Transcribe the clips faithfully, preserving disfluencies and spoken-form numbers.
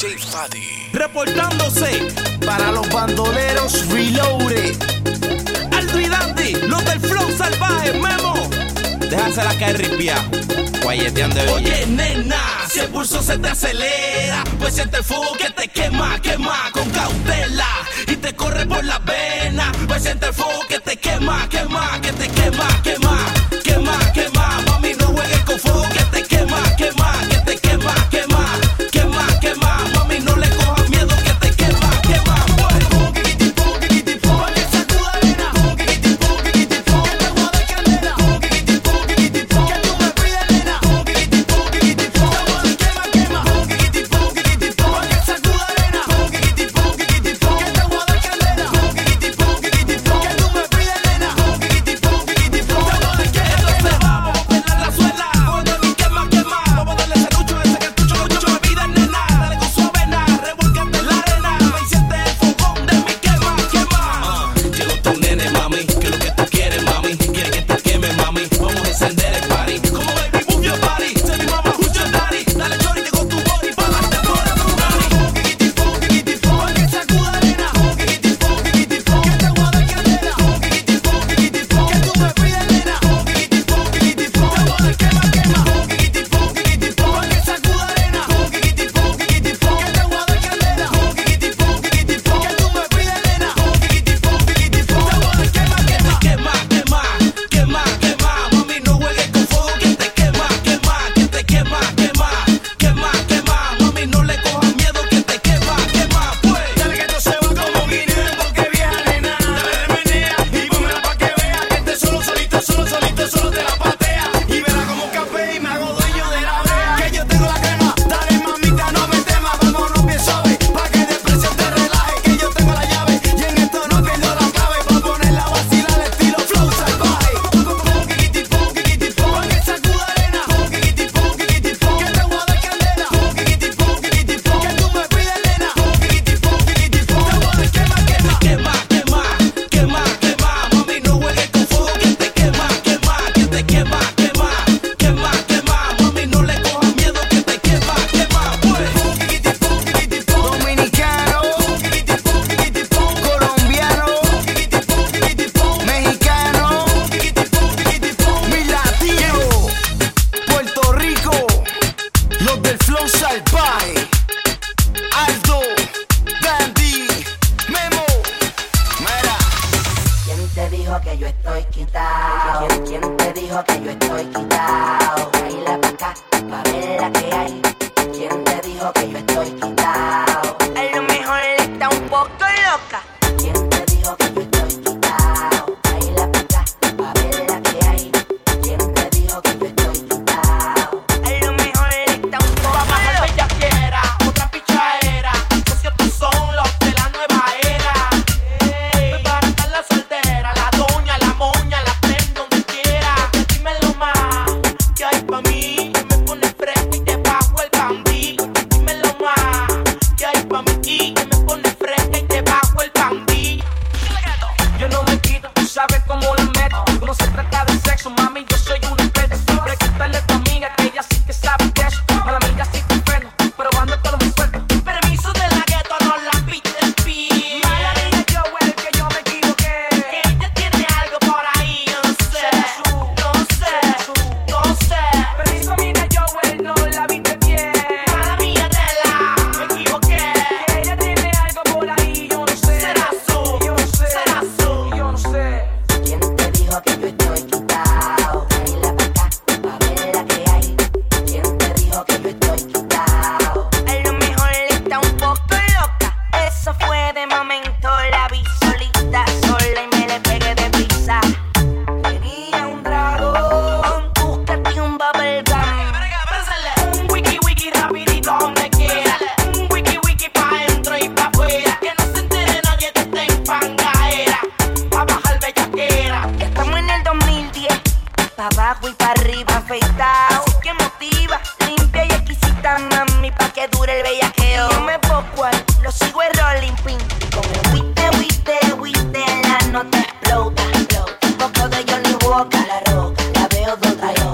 Reportándose para los bandoleros Reloaded, Aldo y Dandy, los del flow salvaje, Memo. Déjasela caer ripia, guayeteando. Oye, nena, si el pulso se te acelera, pues siente el fuego que te quema, quema con cautela y te corre por las venas. Pues siente el fuego que te quema, quema, que te quema, quema, quema, quema. Mami, no juegues con fuego que te quema, quema, que te quema, quema, quema, quema. Mami, no le cojas miedo que te quema, quema.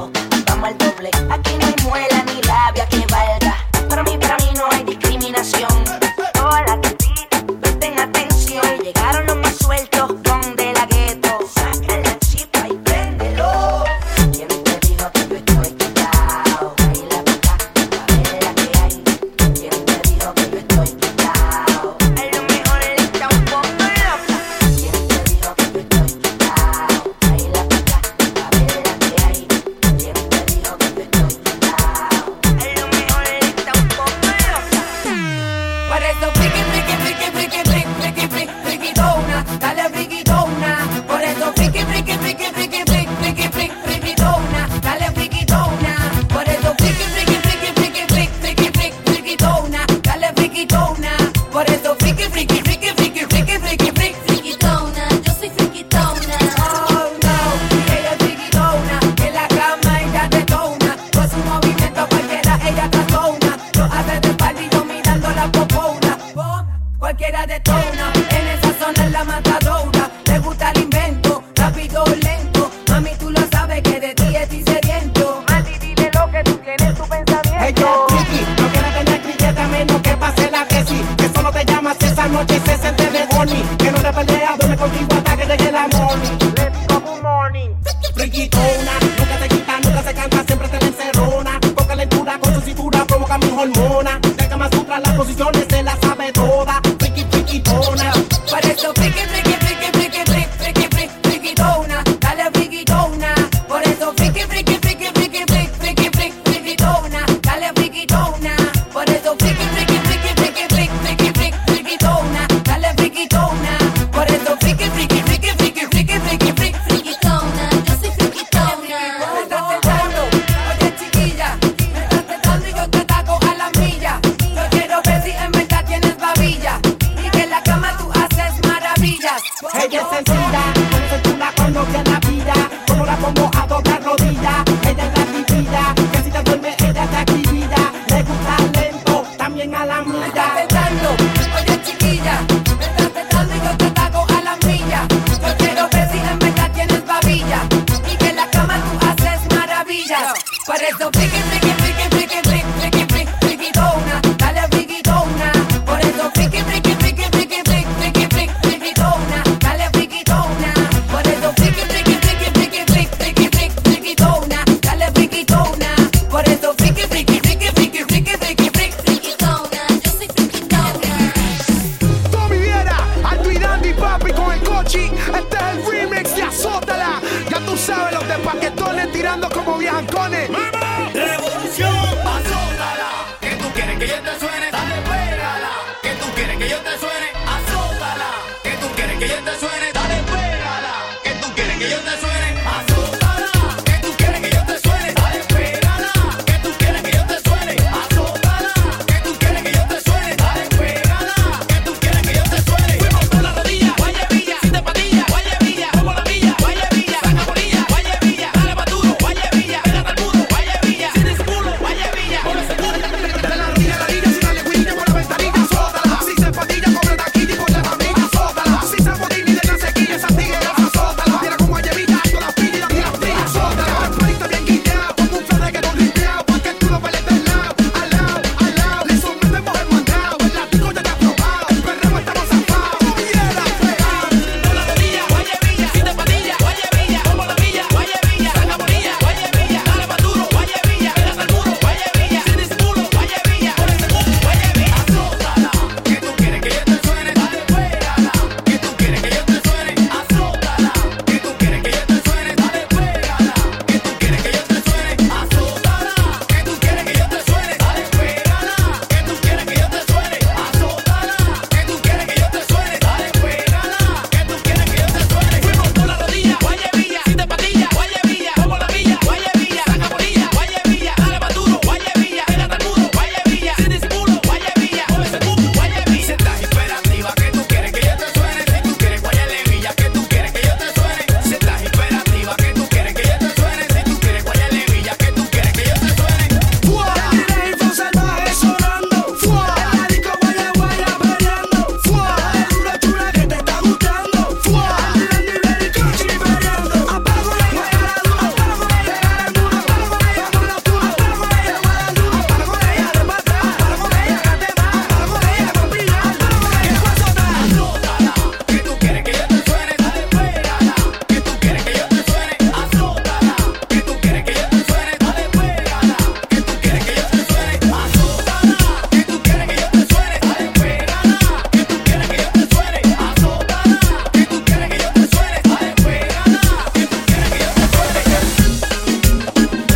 Aquí no hay muela ni labia que valga. Para mí, para mí no hay discriminación. que llegue la morning. Let's go, good morning. Friquitona, nunca se quita, nunca se cansa, siempre te la encerrona. Con calentura, con su cintura, provoca mis hormonas. De Kama Sutra, las posiciones se las sabe toda. Friki, friquitona. Por eso friki, friki, friki, friki, friki, friki, friki, friquitona. Dale friquitona. Por eso friki, friki, friki, friki, friki, friki, friki, friquitona. Dale friquitona. Por eso friki, friki, friki, friki, friki, friki, friki, friquitona. Dale friquitona. Por eso friki, friki, friki, friki, friki, friki, friki, friquitona. Yo soy friquitona. Me estás tentando, oye chiquilla. Me estás tentando y yo te taco a la milla. Yo quiero ver si en verdad tienes babilla. Y que en la cama tú haces maravillas. Ella es sencilla, con eso tú la conoces la vida. Como la pongo a doblar rodillas. Ella es la divina, que si te duerme ella te activida. Le gusta lento, también a la Me estás milla. tentando, oye chiquilla. Me estás tentando y yo te taco a la milla. Yo quiero ver si en verdad tienes babilla. Y que en la cama tú haces maravillas. Por eso friki, friki, friki, friki, friki, friki, friki, friquitona. Dale friquitona. Por eso friki, friki, friki, friki, friki, friki, friki, friquitona. Dale friquitona. Por eso friki, friki, friki, friki, friki, friki, friki, friquitona. Dale friquitona. Por eso friki, friki, friki, friki, friki, friki, friki, friquitona. Yo soy friquitona. Tommy Viera, Alto y Dandy, papi, con el cochi. Este es el remix de Azótala. Ya tú sabes, los de paquetones tirando como viajancones. Revolución, azótala. Que tú quieres que yo te suene, dale, pégala. Que tú quieres que yo te suene, azótala. Que tú quieres que yo te suene, dale, pégala. Que tú quieres que yo te suene, azótala. Que tú quieres que yo te suene, dale, pégala. Que tú quieres que yo te suene, azótala. Que tú quieres que yo te suene, dale, pégala. Que tú quieres que yo te suene. Fuimos con la rodilla, guaya villa, sin zapatilla, guaya villa, como la villa, guaya villa, saca bolilla, guaya villa, dale pa' duro, guaya villa, pégate al muro, guaya villa, sin disimulo, guaya villa, por ese culo. De la rodilla a la línea, sin darle guilla por la ventanilla, azótala. Si se patilla, cobre taquilla y por la familia, azótala. Si se botina y de cansequilla, esa tigre, azótala. Tira como guayabita, con la pilla y la tira fría, azótala. El palito bien guiñado, como un flow de que no limpiado. Pa' que tú lo bailes del lado, al lado, al lado. Le sometemos el mandado, el látigo ya te ha probado. El perreo estamos zafados, tuviera pegado. Con la rodilla, guaya villa, sin zapatilla, guaya villa, como la villa, guaya villa, saca bolilla, guaya villa, dale pa' duro, guaya villa, pégate al muro, guaya villa, sin disimulo, guaya villa, por ese culo, guaya villa, azótala. Que tú quieres que yo te suene, dale, pégala. Que tú quieres que yo te suene, azótala. Que tú quieres que yo te suene, dale, pégala. Que tú quieres que yo te suene, azótala. Que tú quieres que yo te suene, dale, pégala. Que tú quieres que yo te suene, azótala. Que tú quieres que yo te suene, dale, pégala. Que tú quieres que yo te suene. Fuimos con la rodilla, guaya villa, sin zapatilla, guaya villa, como la villa, guaya villa, saca bolilla, guaya villa, dale pa' duro, guaya villa, pégate al muro, guaya villa, sin disimulo, guaya villa, con ese culo, guaya villa. Si estás imperativa, que tú quieres que yo te suene, si tú quieres guayale villa, que tú quieres que yo te suene. Si estás imperativa, que tú quieres que yo te suene, si tú quieres guayale villa, que tú quieres que yo te suene. Fuera, el flow salvaje sonando. Fuera, el disco guaya guaya peleando. Fuera, el dura chula que te está gustando. Fuera, el nivel y cochi peleando. Apago la guaya la duro, apago la ella al muro, apago la ella con la duro, apago la ella guaya duro, apago la ella de mata, apago la ella que te va, apago la ella con pila, apago la ella con azótala. Azótala, que tú quieres que yo te suene, dale, pégala. Que tú quieres que yo te suene, azótala. Que tú quieres que yo te suene, dale, pégala. Que tú quieres que yo te suene, azótala. Que tú quieres que yo te suene, dale, pégala. Que tú quieres que yo te suene, azótala. Que tú quieres que yo te suene, dale, pégala. Que tú quieres que yo te suene.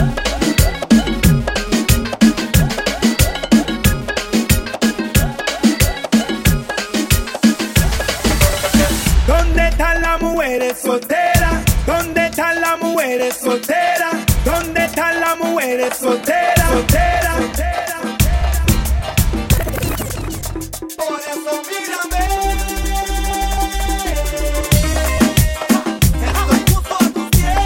¿Dónde están las mujeres solteras? ¿Dónde están las mujeres solteras? ¿Dónde están las mujeres solteras? Solteras, solteras. Por eso mírame. Estoy justo a tus pies.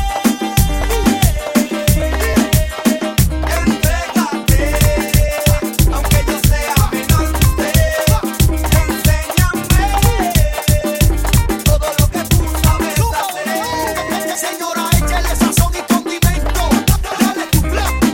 Entrégate, aunque yo sea menor que usted. Enséñame todo lo que tú sabes hacer. Señora, échale sazón y condimento. Dale tu plato.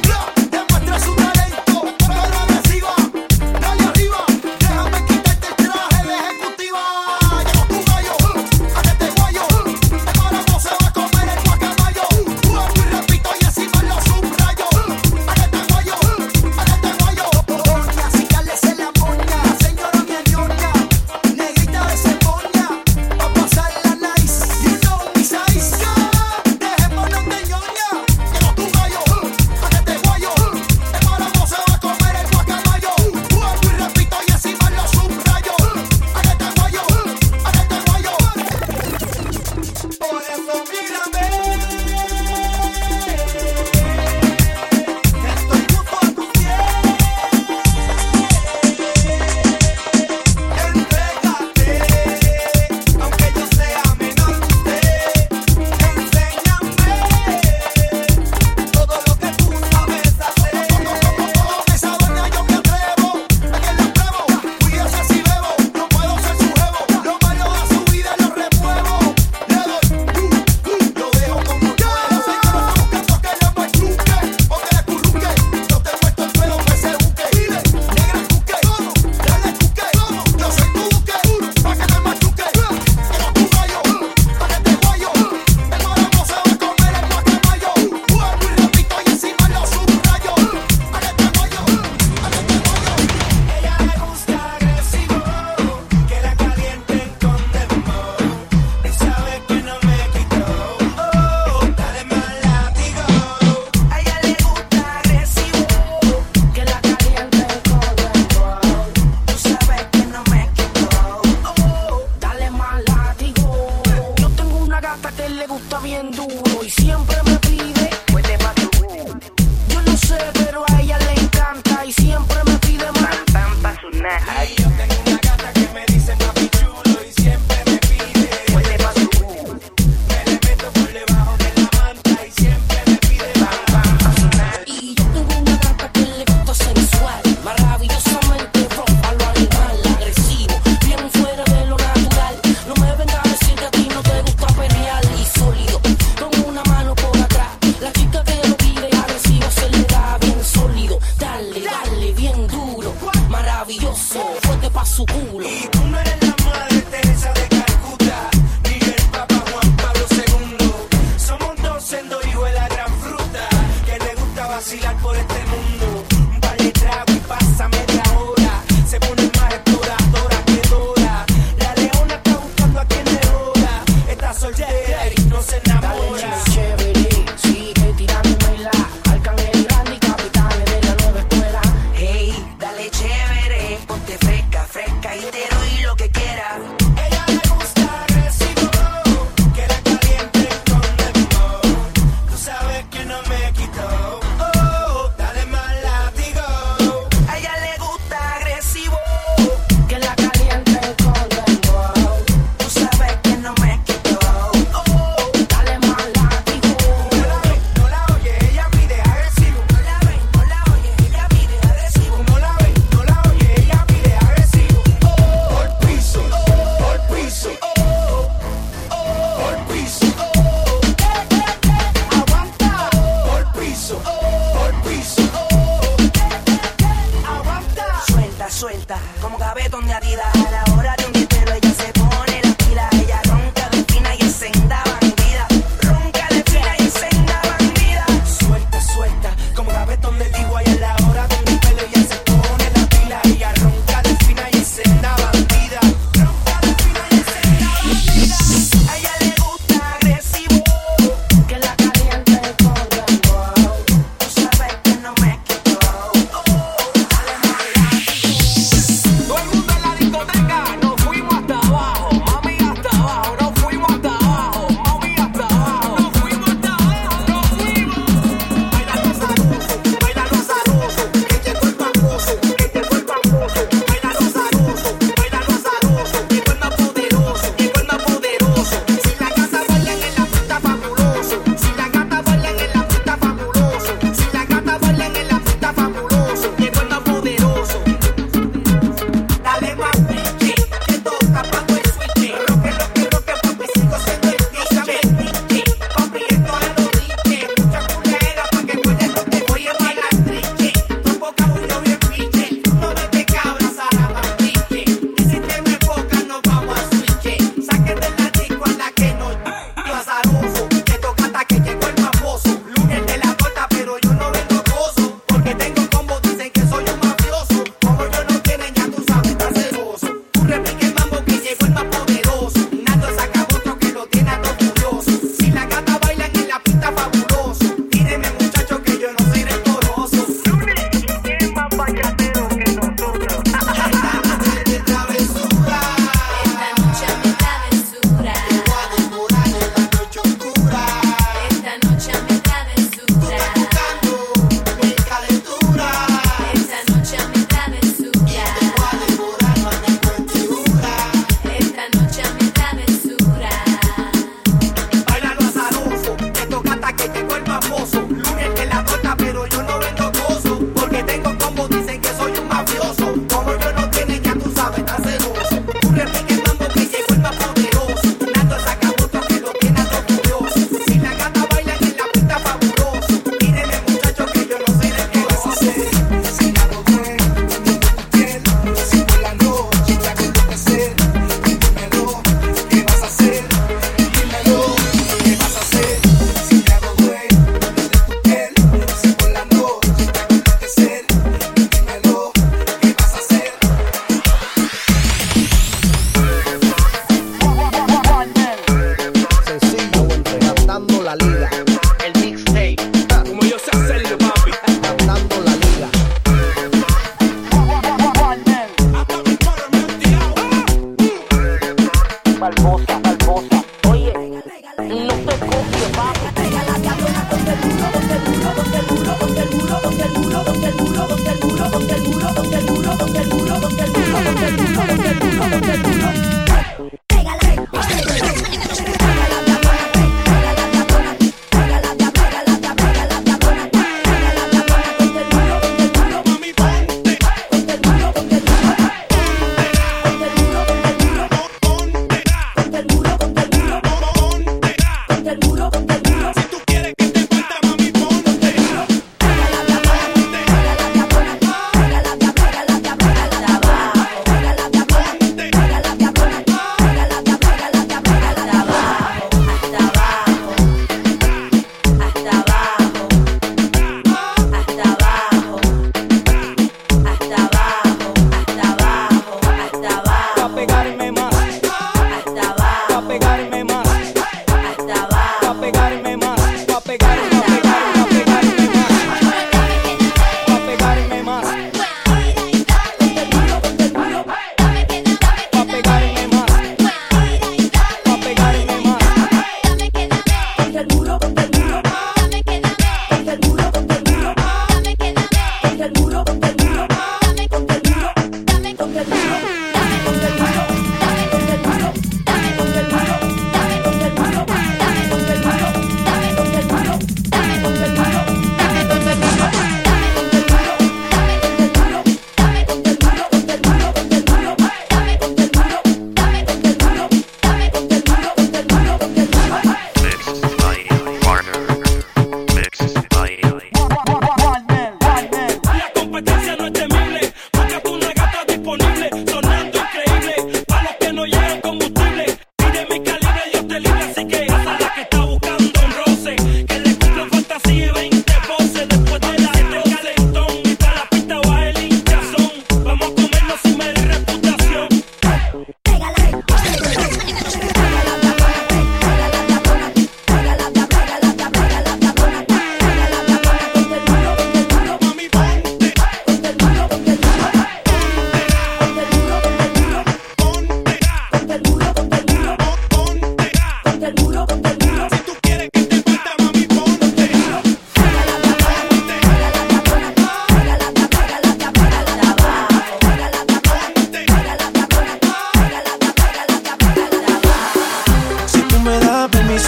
bien duro y siempre me pide. Yo no sé, pero a ella le encanta y siempre me pide más. Ay, yo tengo una gata que me dice papi chulo y siempre me pide. Me le meto por debajo de la manta y siempre me pide más. Y yo tengo una gata que le gusta sensual, maravillosamente rompa lo animal, agresivo, bien fuera de lo natural. No me vengas a decir que a ti no te gusta pelear y sólido, con una mano por atrás. La chica que lo pide agresivo se le da bien sólido. Dale, dale, bien duro, maravilloso, fuerte pa' su culo. Y tú no eres la madre Teresa de Calcuta, ni el Papa Juan Pablo segundo. Somos dos siendo hijos de la gran fruta, que le gusta vacilar por este mundo. Un par de tragos y pasa media hora, se pone más exploradora que Dora. La leona está buscando a quien le joda, está soltera y no se enamora. Chévere, sigue tirándome la Arcángel Grande y capitanes de la nueva escuela. Hey, dale chévere, ponte fresca, fresca y te doy lo que quieras. Ella le gusta agresivo, que la caliente con dembow. Tú sabes que no me quito, oh, dale más látigo. A ella le gusta agresivo, Que la calienten con dembow. tú sabes que no me quito.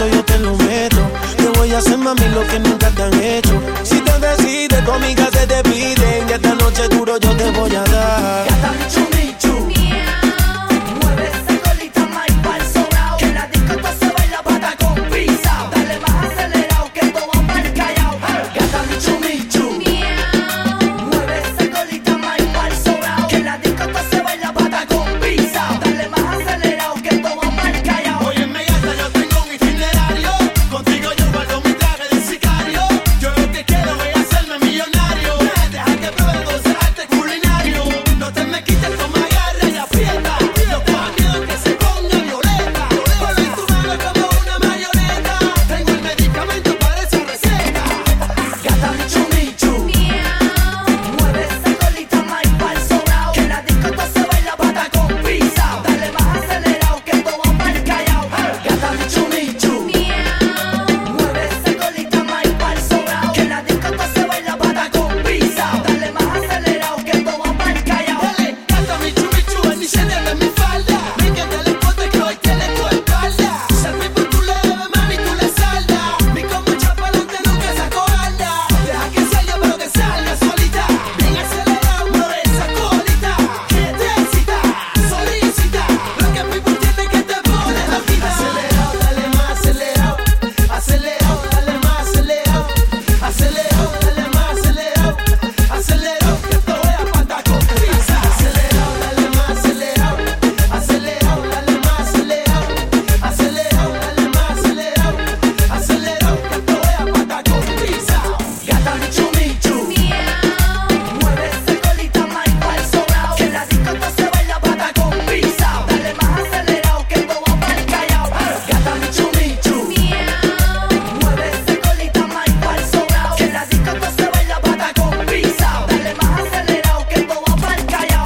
yo te lo meto. Te voy a hacer, mami, lo que nunca te han hecho. Si te decides, tu amiga se te piden. Y esta noche duro yo te voy a dar. Gata michu michu, mueve esa colita más pa'l sobrao. Que la disco esto se baila pata con prisa. Dale más acelerado que esto va mal callao. Gata michu michu, mueve esa colita más pa'l sobrao. Que la disco esto se baila pata con prisa. Dale más acelerado que esto va mal callao. Óyeme gata, yo tengo un itinerario. Contigo yo guardo mi traje de sicario. Yo lo que quiero es hacerme millonario. Deja que pruebe ese arte culinario. No te me quites, toma garra y aprieta. No cojas miedo que se ponga violeta. Ponlo en tu mano como una marioneta. Tengo el medicamento para esa receta. Gata michu michu, mueve esa colita más pa'l sobrao. Que la disco esto se baila pata con prisa. Dale más acelerado que esto va mal callao. Gata michu michu, mueve esa colita más pa'l sobrao. Que la disco esto se baila pata con prisa. Dale más acelerado que esto va mal callao. Dale, gata michu michu, bendiciones de mi falda. Ven que te le corte que hoy te le tu espalda. Salve por tu leve, mami, tú le salda. Ni como echar pa'lante nunca saco alda. Deja que salga pero que salga solita. Bien acelerado, mueve esa colita. Que te excita, solicita. Lo que people tiene que te pone loquita. Acelerado, dale más acelerado. Acelerado, dale más acelerado. Acelerado, dale más acelerado. Acelerado, que esto voy a pata con prisa. Acelerado, dale más acelerado. Acelerado, dale más acelerado. Acelerado, dale más acelerado. Acelerado, que esto voy a pata con prisa. Gata michu michu, mueve esa colita más pa'l sobrao. Que la disco esto se baila pata con prisa. Dale más acelerado que esto va mal callao. Gata michu michu, mueve esa colita más pa'l sobrao. Que la disco esto se baila pata con prisa. Dale más acelerado que esto va mal callao.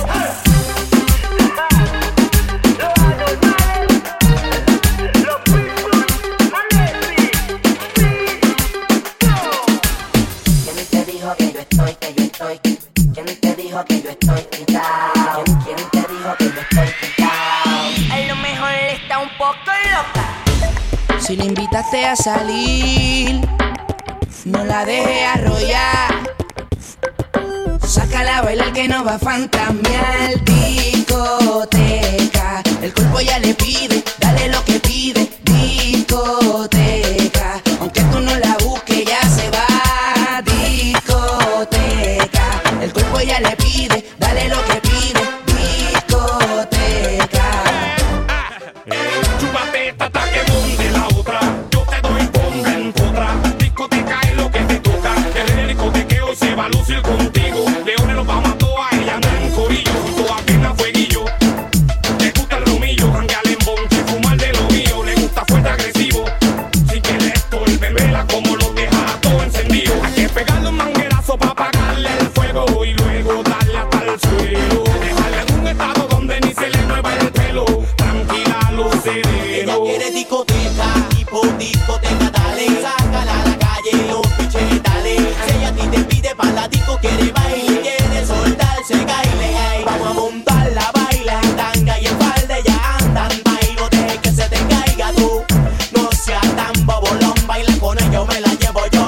¿Quién te dijo que yo estoy, que yo estoy? ¿Quién te dijo que yo estoy quitado? ¿Quién, quién te dijo que yo estoy quitado? A lo mejor está un poco loca. Si le invitaste a salir, no la deje arrollar. Sácala a bailar que no va a fantamear. Discoteca, el cuerpo ya le pide, dale lo que pide. Discoteca, aunque tú no la busques ya se va. Discoteca, el cuerpo ya le pide, dale lo que pide. Discoteca. Chúpate esta taquemón de la otra. Yo te doy bomba en contra. Discoteca es lo que te toca. El discotequeo se va a lucir contigo. Leones los vamos a toa, ella no en corillo. Toda pierna fueguillo. Le gusta el romillo, janguear en bonche, fumar de lo mío. Le gusta fuerte agresivo. Sin que le estorbe, vela como lo deja todo encendido. Hay que pegarle un manguerazo pa' apagarle el fuego y luego darle hasta el suelo. Dejarle en un estado donde ni se le mueva el pelo. Tranquila, lo sereno. Ella quiere discoteca, tipo discoteca, dale. Sácala a la calle, los piches, dale. Si ella a ti te pide pa' la disco, quiere baile, quiere soltarse, baile. Ay, vamos a montar la baila, tanga y en falda, ya andan, bailo, deje que se te caiga tú. No seas tan bobolón, baila con ellos, me la llevo yo.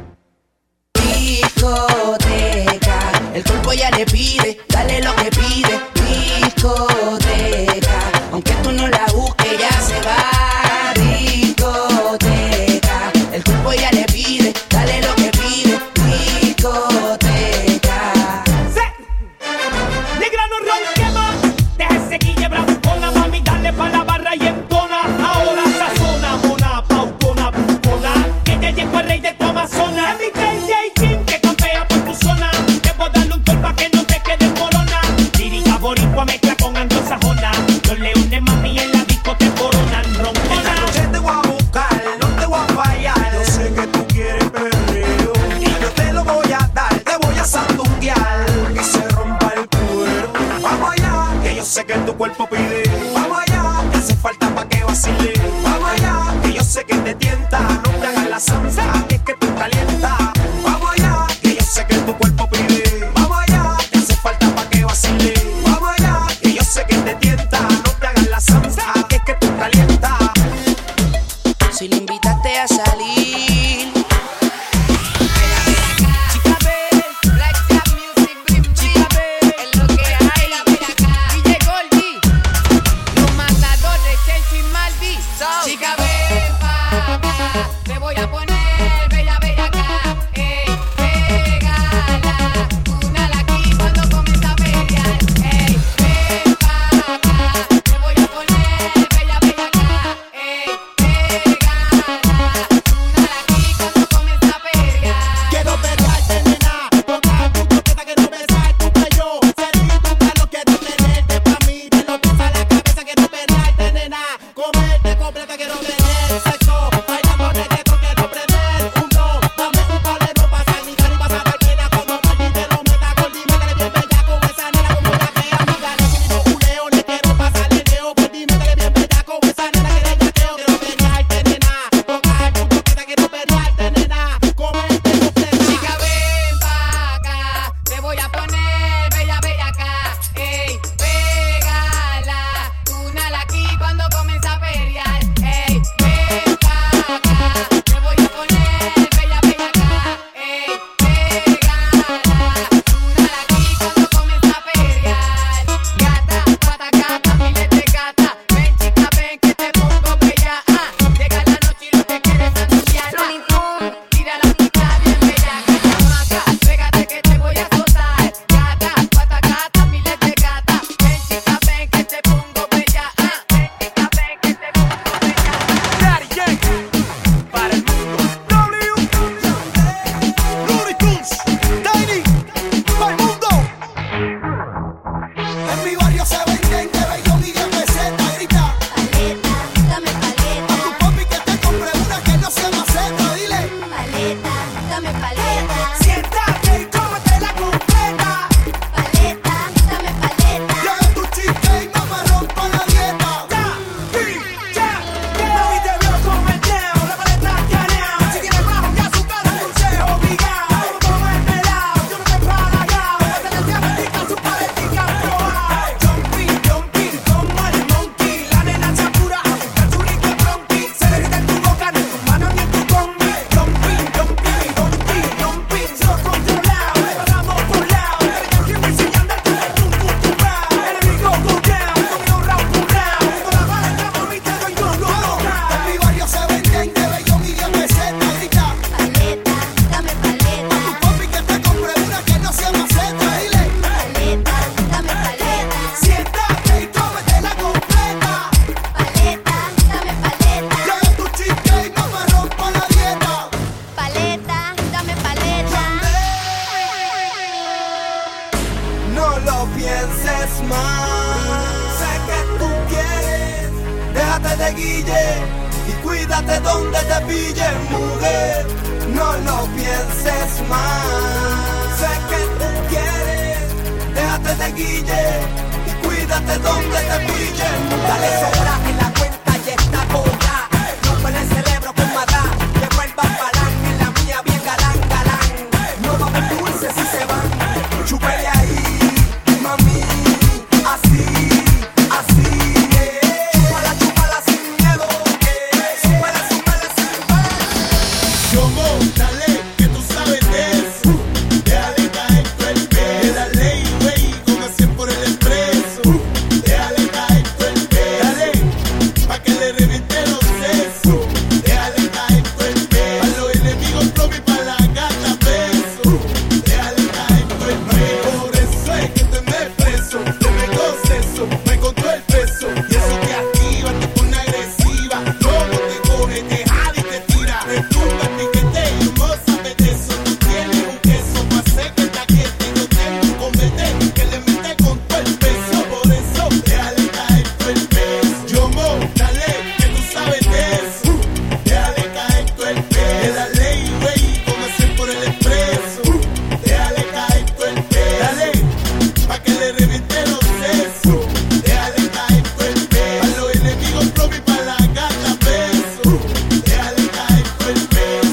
Discoteca, el cuerpo ya le pide, dale lo que pide. Discoteca, aunque tú no la busques ya se va. Discoteca, el cuerpo ya le pide, dale lo que pide. Discoteca. empezaste a salir. Chica, ven, Black Jam Music, brim, brim. Chica, ven, es lo que hay. D J Goldie, los matadores, Chencho y Maldi. Chica, ven pa' acá, te voy a poner bella, bella acá. Ey, pégala, túnala aquí cuando comienza a pelear. Ey, ven pa' acá, te voy a poner bella, bella acá. Ey, pégala, túnala aquí cuando comienza a pelear. Quiero pegarte, nena, tocar tu coqueta, quiero besar tu cuello. Servir tu pelo, quiero tenerte pa' mí. Te lo pisa a la cabeza, quiero pegarte, nena. Comerte completa, quiero tener sexo. Bailando reggaetón, quiero prender un blow. Dame un palero pa' salnicar y vas a ver pena. Cuando Maldi te lo meta, Goldie, métele bien bella con esa nena como la que amiga. Le quiero culeo, le quiero pasar el leo. Goldie, métele bien bella con esa nena que le yaqueo. Quiero pegarte, nena, tocar tu coqueta, quiero pegarte, nena. Comerte completa. Chica, ven pa' acá, te voy a poner bella, bella acá. Ey, pégala, túnala aquí cuando comienza a pelear. Ey, ven pa' acá, te voy a poner bella, bella acá. Ey, pégala, túnala aquí cuando comienza a pelear. Gata, pata, gata, miles de gata. Ven chica, ven que te pongo bella. Ah, llega la noche y lo que quieres es anunciar. Tira la mitad bien bella, chamaca. Pégate que te voy a soltar. Gata, pata, gata, miles de gata. Ven chica, ven que te pongo bella. Ah, ven chica, ven que te pongo bella. Daddy Yankee, para el mundo. W, Looney Tunes, Tiny, para el mundo. En mi barrio se venden de bellón y de peseta. Grita Paleta, dame paleta. a tu papi que te compre una que no sea maceta. Dile Paleta, dame paleta. siéntate y cómetela completa. Paleta, dame paleta. Llega tu chica y mamá rompa la dieta. Mami te veo cometeado, la paleta escaneado. Si tienes bajo ya su cara, consejo obligado. Como el pelado, yo no te palagao. Esta es la diabética, su paletica probao. Jumping, jumping, como el monkey. La nena chapura, el churrito bronqui. Se le grita en tu boca, ni en tu mano ni en tu combi. Jumping, jumping, jumping, jumping. Si lo controlado, le pasamos por lado. El que me enseñando el tum, tum, tum, tum, tum. Enemigo go down, conmigo round por round. Con la paleta, mami, te doy go, go, go. En mi barrio se venden de bellón y de peseta. Grita Paleta, dame paleta. a tu papi que te compre una que no sea maceta. Dile Paleta, dame paleta. siéntate y cómetela completa. Paleta, dame paleta. Llega tu chica y mamá rompa la dieta. Paleta, dame paleta. No lo pienses más. Sé que tú quieres. Déjate de guille y cuídate donde te pille, mujer. No lo pienses más. Sé que tú quieres. Déjate de guille y cuídate donde te pille, mujer. Dale sobra en la cuenta y está cobra. Rompe el cerebro con madra. Que vuelva palán en la mía bien galán, galán. No va a haber dulces si se van. Chúpele ahí, mami. Así, así. eh. Chúpala, chúpala sin miedo. eh. Súbela, súbela sin miedo. Yo dale, que tú sabes de eso. Déjale caer tu el pelo. La ley, güey, como cien por el expreso. Déjale caer tu el pelo. Dale, pa' que le reviente los sesos. Déjale caer tu el pelo. A los enemigos flow y pa' la gata beso. Déjale caer tu el pelo. Por eso es que te me preso. Te me goceso, me encontró el peso. Y eso te activa, te pone agresiva. Luego te coge, te jala y te tira. Retumba el piquete y no sabes de eso. Tú tienes un queso pa' hacer que esta gente. Yo tengo un comete que le mete con todo el peso. Por eso, déjale caer todo el peso. Yo mo, dale, que tú sabes de eso. Déjale caer todo el peso. La ley, güey, como cien por el expreso. Déjale caer todo el peso. Dale, pa' que le reviente los sesos. Déjale caer todo el peso. A los enemigos flow y pa' la gata beso. Déjale caer todo el peso.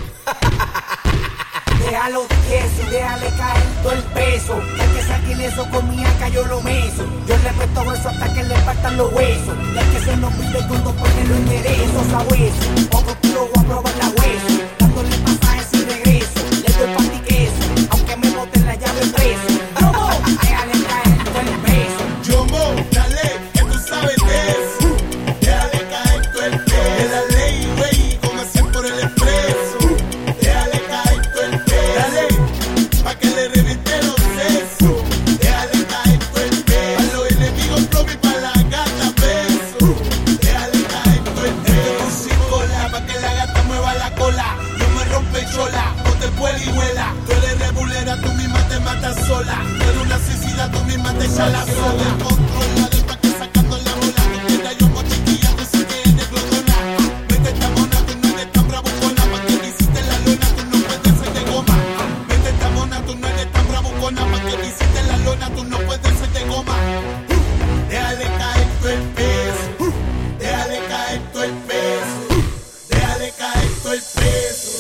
Déjalo de eso y déjale caer todo el peso. El que saque eso con mi acá yo lo meso. Yo le presto eso hasta que le falta faltan los huesos. Y al que se nos pide con dos porque lo enderezo, sabueso. Otro tiro voy a probar la hueso, dándole pasajes sin regreso. Le doy pan y queso, aunque me boten la llave preso. ¡Yomo! Déjale caer todo el peso. Yomo, dale, que tú sabes de eso. Déjale caer todo el peso. De la ley, güey, como cien por el expreso. Déjale caer todo el peso. Dale, pa' que le reviente los sesos. Déjale caer todo el peso. Pa' los enemigos flow y pa' la gata beso. Déjale caer todo el peso. Sin cola, pa' que la gata mueva la cola. No me rompe chola, no te puede y vuela. Tú eres rebulera, tú misma te matas sola. Tú eres una suicida, tú misma te echas la soga. Controla de pa' que sacando la bola. Tú quieras yo mo chiquilla, tú sí que eres glotona. Vete esta mona, tú no eres tan bravucona. Pa' que te hiciste la lona, tú no puedes ser de goma. Vete esta mona, tú no eres tan bravucona. Pa' que te hiciste la lona, tú no puedes ser de goma. Déjale caer todo el peso. Déjale caer todo el peso. Déjale caer todo el peso.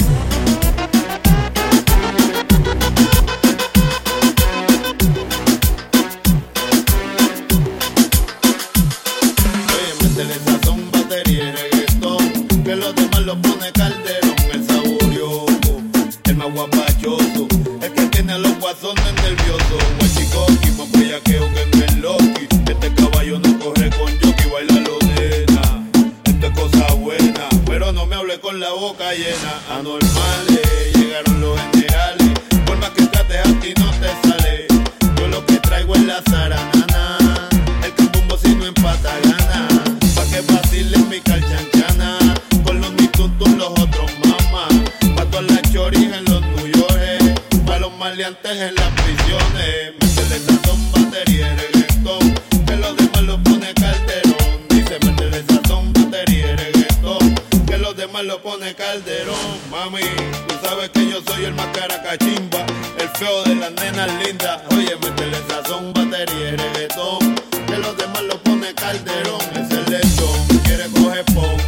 Oye, métele sazón, batería y reggaetón, que los demás lo pone Calderón. El saborioso, el más guapachoso, el que tiene a los guasones nerviosos. Guachicoqui, más bellaqueo que no es Loki. Este caballo no corre con jockey, baila lo nena. Esto es cosa buena, pero no me hable con la boca llena. Anormales, llegaron los generales. Por más que trates a ti no te sale. Yo lo que traigo es la zaranana. El cambumbo si no empata gana. Pa' que vacilen mi calchanchana. Con los mitutos los otros mamás. Pa' todas las choris en los New York. Pa' los maleantes en las prisiones. Métele sazón, batería y reggaetón, que los demás lo pone Calderón. Dice métele sazón, batería y reggaetón, que los demás lo pone Calderón. Mami, tú sabes que yo soy el más caracachimba, el feo de las nenas lindas. Oye, métele sazón, batería y reggaetón, que los demás lo pone Calderón. Es el lechón, quiere coger pon,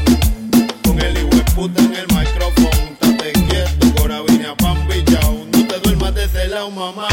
con el hijo de puta en el micrófono. Estate quieto, corabina, pan bichao. No te duermas de ese lado, mamá.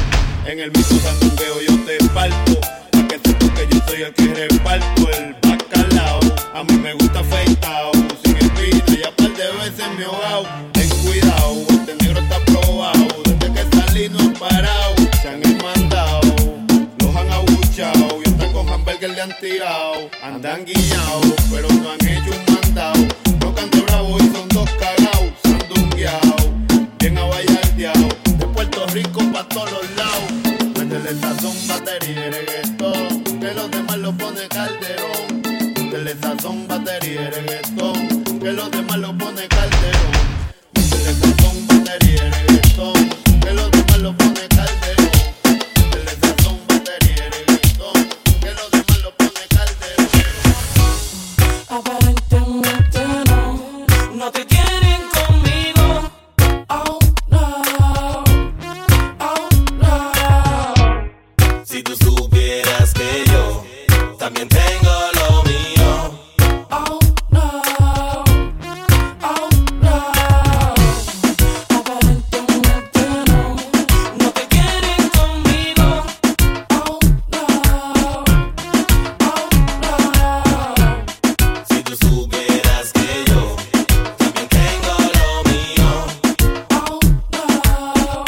En el mismo sandungueo yo te parto, pa' que sepas que yo soy el que reparto el bacalao. A mí me gusta afeitao, sin espina y a par de veces me ahogao. Ten cuidado, este negro está probado, desde que salí no han parado. Se han mandado, los han abuchao, y hasta con hamburger le han tirado. Andan guiñados, pero no han hecho un mandado. No cante bravo y son dos cagados, sandungueao, bien abayardeao, de Puerto Rico pa' todos los lados. Métele sazón, batería y reggaetón, que los demás lo pone Calderón. Métele sazón, batería y reggaetón, que los demás lo pone Calderón. Métele sazón, batería y reggaetón, que los demás lo pone Calderón. Métele sazón, batería y reggaetón, que los demás lo pone Calderón. Aparentemente no, no te quieren conmigo. Oh no, oh no. Si tú supieras que yo también tengo lo mío. Oh no, oh no. Aparentemente no, no te quieren conmigo. Oh no, oh no. Si tú supieras que yo también tengo lo mío. Oh no, oh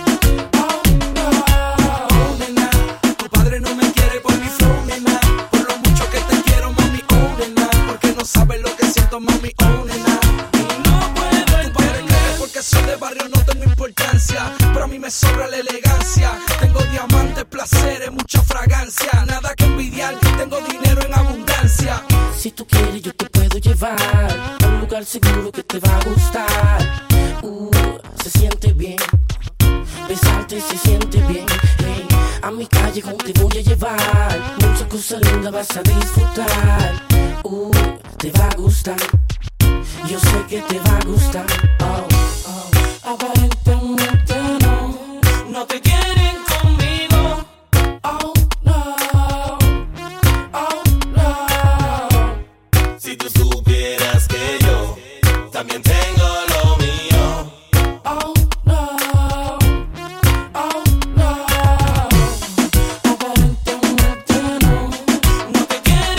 no. Nena, tu padre no me quiere por mi flow, nena. Por lo mucho que te quiero, mami, oh, nena. Porque no sabes lo que siento, mami, oh, nena. Y no puedo entender, porque soy de barrio, no tengo importancia. Pero a mí me sobra la elegancia. Tengo diamantes, placeres, mucha fragancia. Nada que envidiar, tengo dinero en abundancia. Si tú quieres yo te puedo llevar a un lugar seguro que te va a gustar. Uh, se siente bien, besarte se siente bien. Hey, a mi callejón te voy a llevar, muchas cosas lindas vas a disfrutar. Uh, te va a gustar, yo sé que te va a gustar. Oh, oh. Aparentemente no, no te quieren conmigo. Oh no, oh no. Si tú supieras que yo también tengo lo mío. Oh no, oh no. Aparentemente no, no te quieren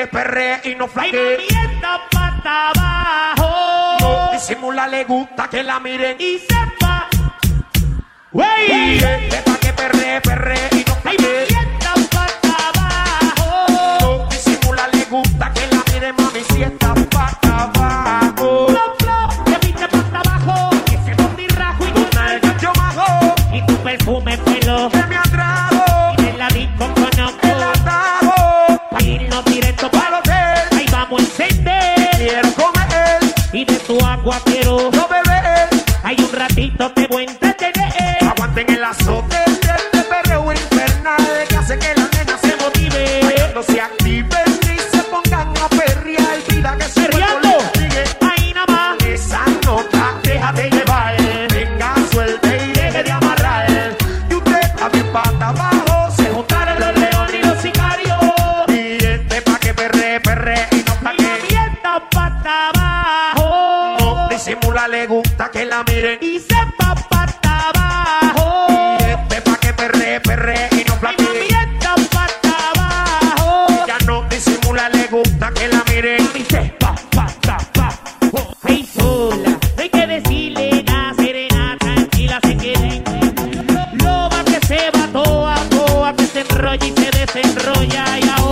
perre, perre y no flaque. Y esta pata abajo. No disimula, le gusta que la miren y sepa. Wey, pa' que perre, perre y no flaque. Y esta pata abajo. No disimula, le gusta que la miren, mami, si esta pata abajo. Flow, flow, te viste pata abajo. Ese bondirrajo y tu nalga yo bajo. y tu perfume pelo. Que me atrajo. Y en la disco conozco. El atajo. Pa' irnos directo Para el hotel. ahí vamos a encender. Quiero comer. Y de tu agua quiero No beber. hay un ratito te voy a entretener. Aguanten el azote de este perreo infernal que hace que la nena se motive. No se activen ni se pongan a perrear. Vida que se Perreando. sigue. Ahí nada más. Esa nota, déjate llevar. Venga, suelte y deje de amarrar. Y usted está bien pata abajo. Se juntaron los leones y los sicarios. Y este pa' que perre, perre y no pa' que. Y esta pata abajo. No disimula, le gusta que la miren. Y sepa pata abajo. Y este pa' que perre, perre y no Y platique. esta pata abajo. Ya no disimula, le gusta que la miren. Y sepa pata abajo. Hey sola, no hay que decirle nada, serena, tranquila, se quede. Loba que se va toa, toa que se enrolla y se desenrolla y ahora